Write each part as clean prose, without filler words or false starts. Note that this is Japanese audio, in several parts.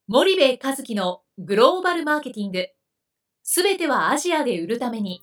森部一樹のグローバルマーケティング、すべてはアジアで売るために。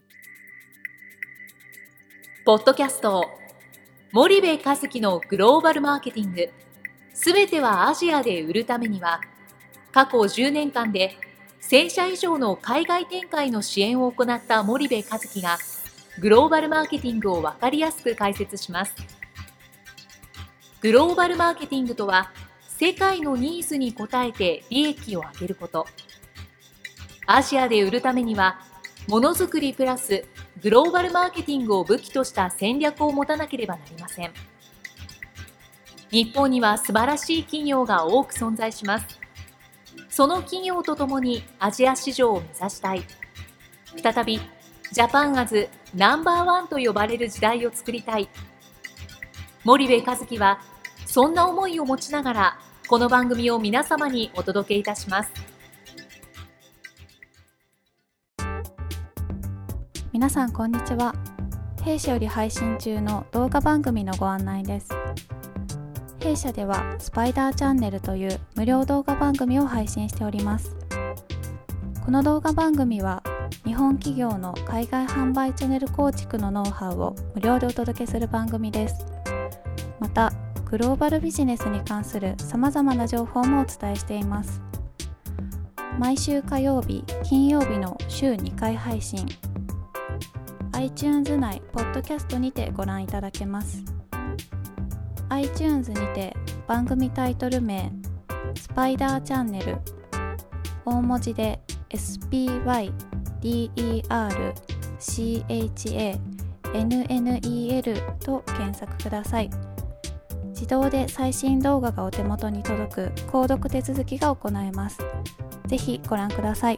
ポッドキャスト森部一樹のグローバルマーケティング、すべてはアジアで売るためには、過去10年間で1000社以上の海外展開の支援を行った森部一樹がグローバルマーケティングを分かりやすく解説します。グローバルマーケティングとは、世界のニーズに応えて利益を上げること。アジアで売るためには、ものづくりプラスグローバルマーケティングを武器とした戦略を持たなければなりません。日本には素晴らしい企業が多く存在します。その企業とともにアジア市場を目指したい。再びジャパンアズナンバーワンと呼ばれる時代を作りたい。森部一樹はそんな思いを持ちながら、この番組を皆様にお届けいたします。 皆さんこんにちは。弊社より配信中の動画番組のご案内です。弊社ではスパイダーチャンネルという無料動画番組を配信しております。この動画番組は日本企業の海外販売チャンネル構築のノウハウを無料でお届けする番組です。またグローバルビジネスに関するさまざまな情報もお伝えしています。毎週火曜日、金曜日の週2回配信。iTunes 内ポッドキャストにてご覧いただけます。iTunes にて番組タイトル名スパイダーチャンネル、大文字で SPYDERCHANNEL と検索ください。自動で最新動画がお手元に届く購読手続きが行えます。ぜひご覧ください。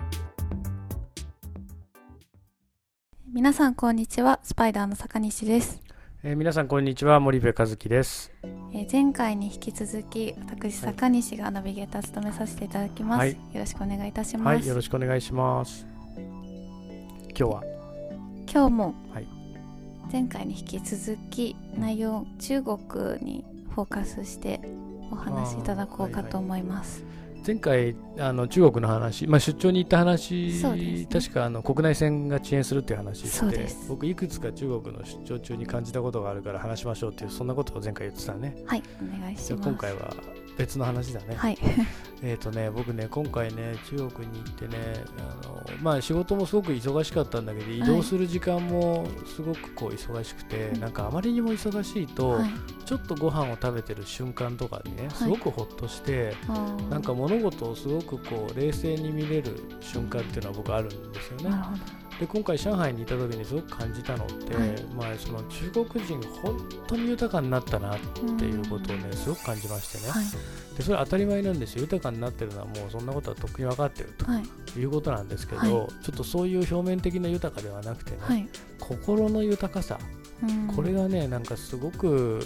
皆さんこんにちは。スパイダーの坂西です。 皆さんこんにちは。森部一樹です。 前回に引き続き私坂西がナビゲーター務めさせていただきます、はい、よろしくお願いいたします。 はい、よろしくお願いします。今日も、 はい、 前回に引き続き内容中国にフォーカスしてお話しいただこうかと思います。 前回中国の話、出張に行った話、ね、確か国内線が遅延するっていう話で、僕いくつか中国の出張中に感じたことがあるから話しましょうっていう、そんなことを前回言ってたね。 はい、お願いします。 今回は別の話だね。 はい僕ね、今回ね、中国に行ってね、仕事もすごく忙しかったんだけど、移動する時間もすごく忙しくて、なんかあまりにも忙しいと、ちょっとご飯を食べてる瞬間とかにね、すごくほっとして、なんか物事をすごく冷静に見れる瞬間っていうのは僕あるんですよね。で、今回上海にいた時にすごく感じたのって、その中国人本当に豊かになったなっていうことをね、すごく感じましてね、でそれは当たり前なんですよ。豊かになってるのはもうそんなことはとっくに分かってるということなんですけど、ちょっとそういう表面的な豊かではなくてね、心の豊かさ、これがね、なんかすごく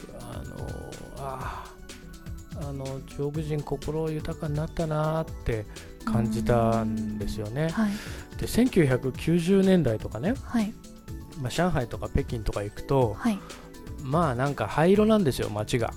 中国人心豊かになったなって感じたんですよね。で、1990年代とかね、上海とか北京とか行くと、なんか灰色なんですよ、街が。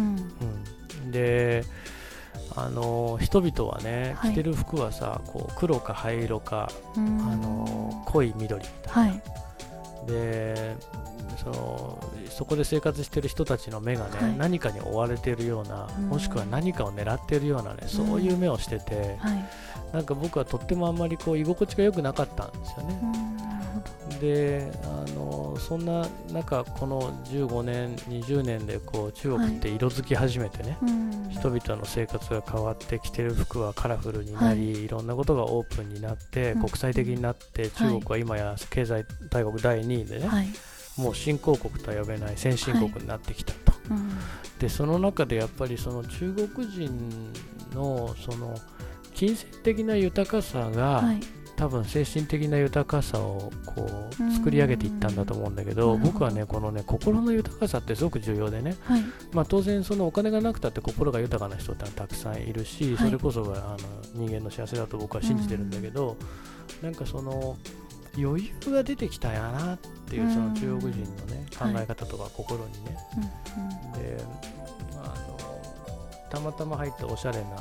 で、人々はね、着てる服はさ、黒か灰色か、濃い緑みたいな。で、そこで生活している人たちの目がね、何かに追われているような、もしくは何かを狙っているようなね、そういう目をしてて、なんか僕はとってもあんまり居心地が良くなかったんですよね。で、そんな中、この15年20年で中国って色づき始めてね、人々の生活が変わってきてる服はカラフルになり、いろんなことがオープンになって、国際的になって、中国は今や経済大国第2位でね、もう新興国とは呼べない先進国になってきたと。で、その中でやっぱりその中国人のその金銭的な豊かさが、多分精神的な豊かさを作り上げていったんだと思うんだけど、僕はね、このね、心の豊かさってすごく重要でね、当然そのお金がなくたって心が豊かな人ってたくさんいるし、それこそが人間の幸せだと僕は信じてるんだけど、なんかその余裕が出てきたやなっていう、その中国人のね、考え方とか心にね、で、たまたま入ったおしゃれな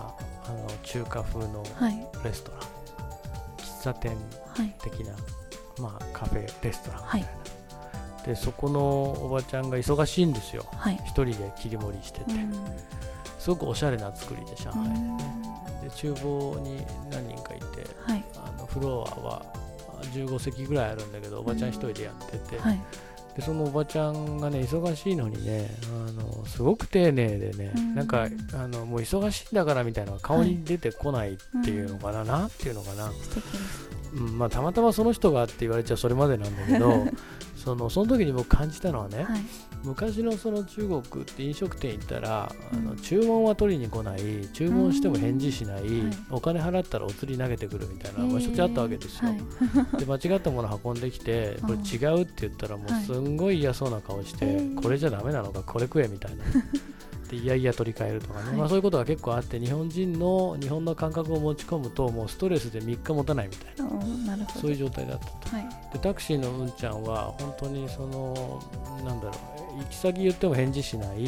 中華風のレストラン、喫茶店的な、カフェレストランみたいな、でそこのおばちゃんが忙しいんですよ、一人で切り盛りしてて、すごくおしゃれな作りで上海でね、で厨房に何人かいて、フロアは15席ぐらいあるんだけど、おばちゃん一人でやってて、でそのおばちゃんがね忙しいのにねすごく丁寧でね、なんかもう忙しいんだからみたいなのが顔に出てこないっていうのかな、なんていうのかな、たまたまその人がって言われちゃそれまでなんだけどその時に僕感じたのはね、昔のその中国って飲食店行ったら注文は取りに来ない、注文しても返事しない、お金払ったらお釣り投げてくるみたいなのがしょっちゅうあったわけですよ、で間違ったもの運んできてこれ違うって言ったらもうすんごい嫌そうな顔して、これじゃダメなのかこれ食えみたいなでいやいや取り替えるとかね、そういうことが結構あって、日本の感覚を持ち込むともうストレスで3日持たないみたいな、そういう状態だったと、でタクシーのうんちゃんは本当に行き先言っても返事しない、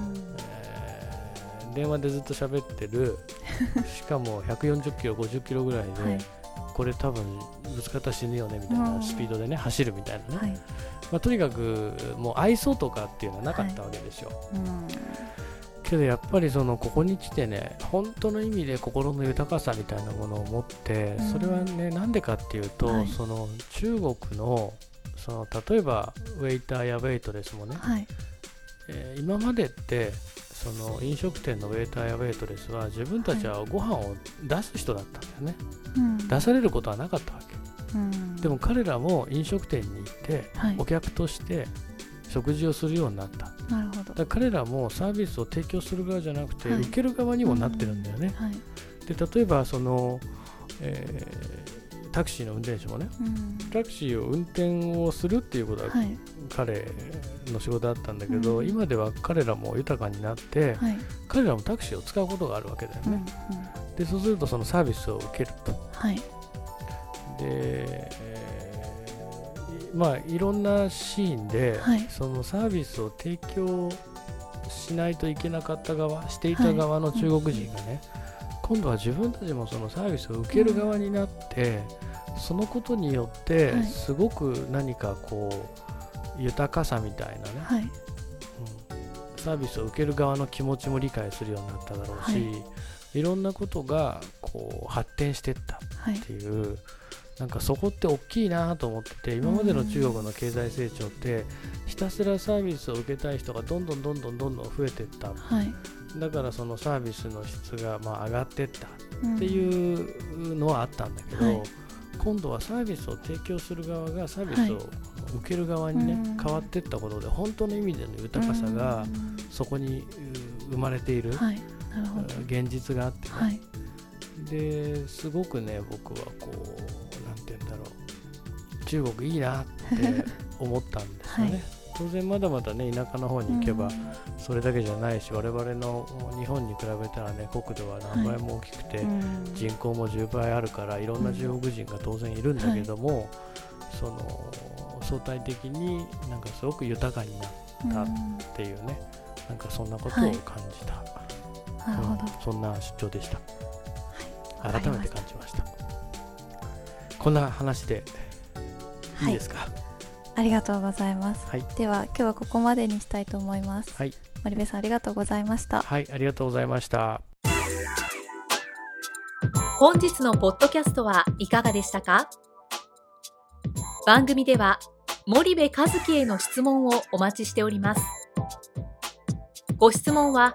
電話でずっと喋ってるしかも140キロ50キロぐらいで、これ多分ぶつかったら死ぬよねみたいなスピードでね走るみたいなね、とにかくもう愛想とかっていうのはなかったわけですよ、けどやっぱりここに来てね、本当の意味で心の豊かさみたいなものを持って、それはねなんでかっていうと、その中国の例えばウェイターやウェイトレスもね、今までって飲食店のウェイターやウェイトレスは自分たちはご飯を出す人だったんだよね、出されることはなかったわけ、でも彼らも飲食店に行って、お客として食事をするようになった。なるほど。だから彼らもサービスを提供する側じゃなくて、受ける側にもなってるんだよね、で例えばタクシーの運転手もね、タクシーを運転をするっていうことは、彼の仕事だったんだけど、今では彼らも豊かになって、彼らもタクシーを使うことがあるわけだよね、でそうするとそのサービスを受けると、で、いろんなシーンで、そのサービスを提供しないといけなかった側、していた側の中国人がね、今度は自分たちもそのサービスを受ける側になって、そのことによってすごく何か豊かさみたいなね、サービスを受ける側の気持ちも理解するようになっただろうし、いろんなことが発展していったっていう、なんかそこって大きいなと思ってて、今までの中国の経済成長ってひたすらサービスを受けたい人がどんどん増えていった、だからそのサービスの質が上がっていったっていうのはあったんだけど、今度はサービスを提供する側がサービスを受ける側にね、変わっていったことで本当の意味での豊かさがそこに生まれている、現実があってね、ですごくね僕はなんて言うんだろう、中国いいなって思ったんですよね、当然まだまだね田舎の方に行けばそれだけじゃないし、我々の日本に比べたらね国土は何倍も大きくて、人口も10倍あるからいろんな中国人が当然いるんだけども、相対的になんかすごく豊かになったっていうね、なんかそんなことを感じた、そんな出張でした、改めて感じました。こんな話でいいですか？ ありがとうございます、では今日はここまでにしたいと思います。森部さんありがとうございました。 ありがとうございました。 本日のポッドキャストはいかがでしたか？番組では森部一樹への質問をお待ちしております。ご質問は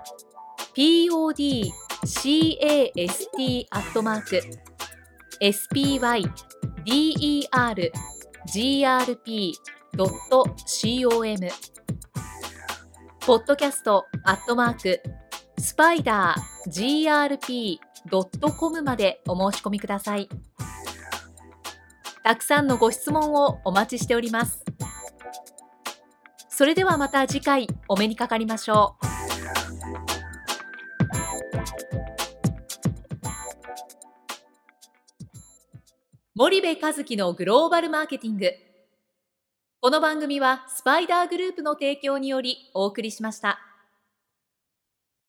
podcast@spydergrp.com podcast@spidergrp.com までお申し込みください。たくさんのご質問をお待ちしております。それではまた次回お目にかかりましょう。森部一樹のグローバルマーケティング。この番組はスパイダーグループの提供によりお送りしました。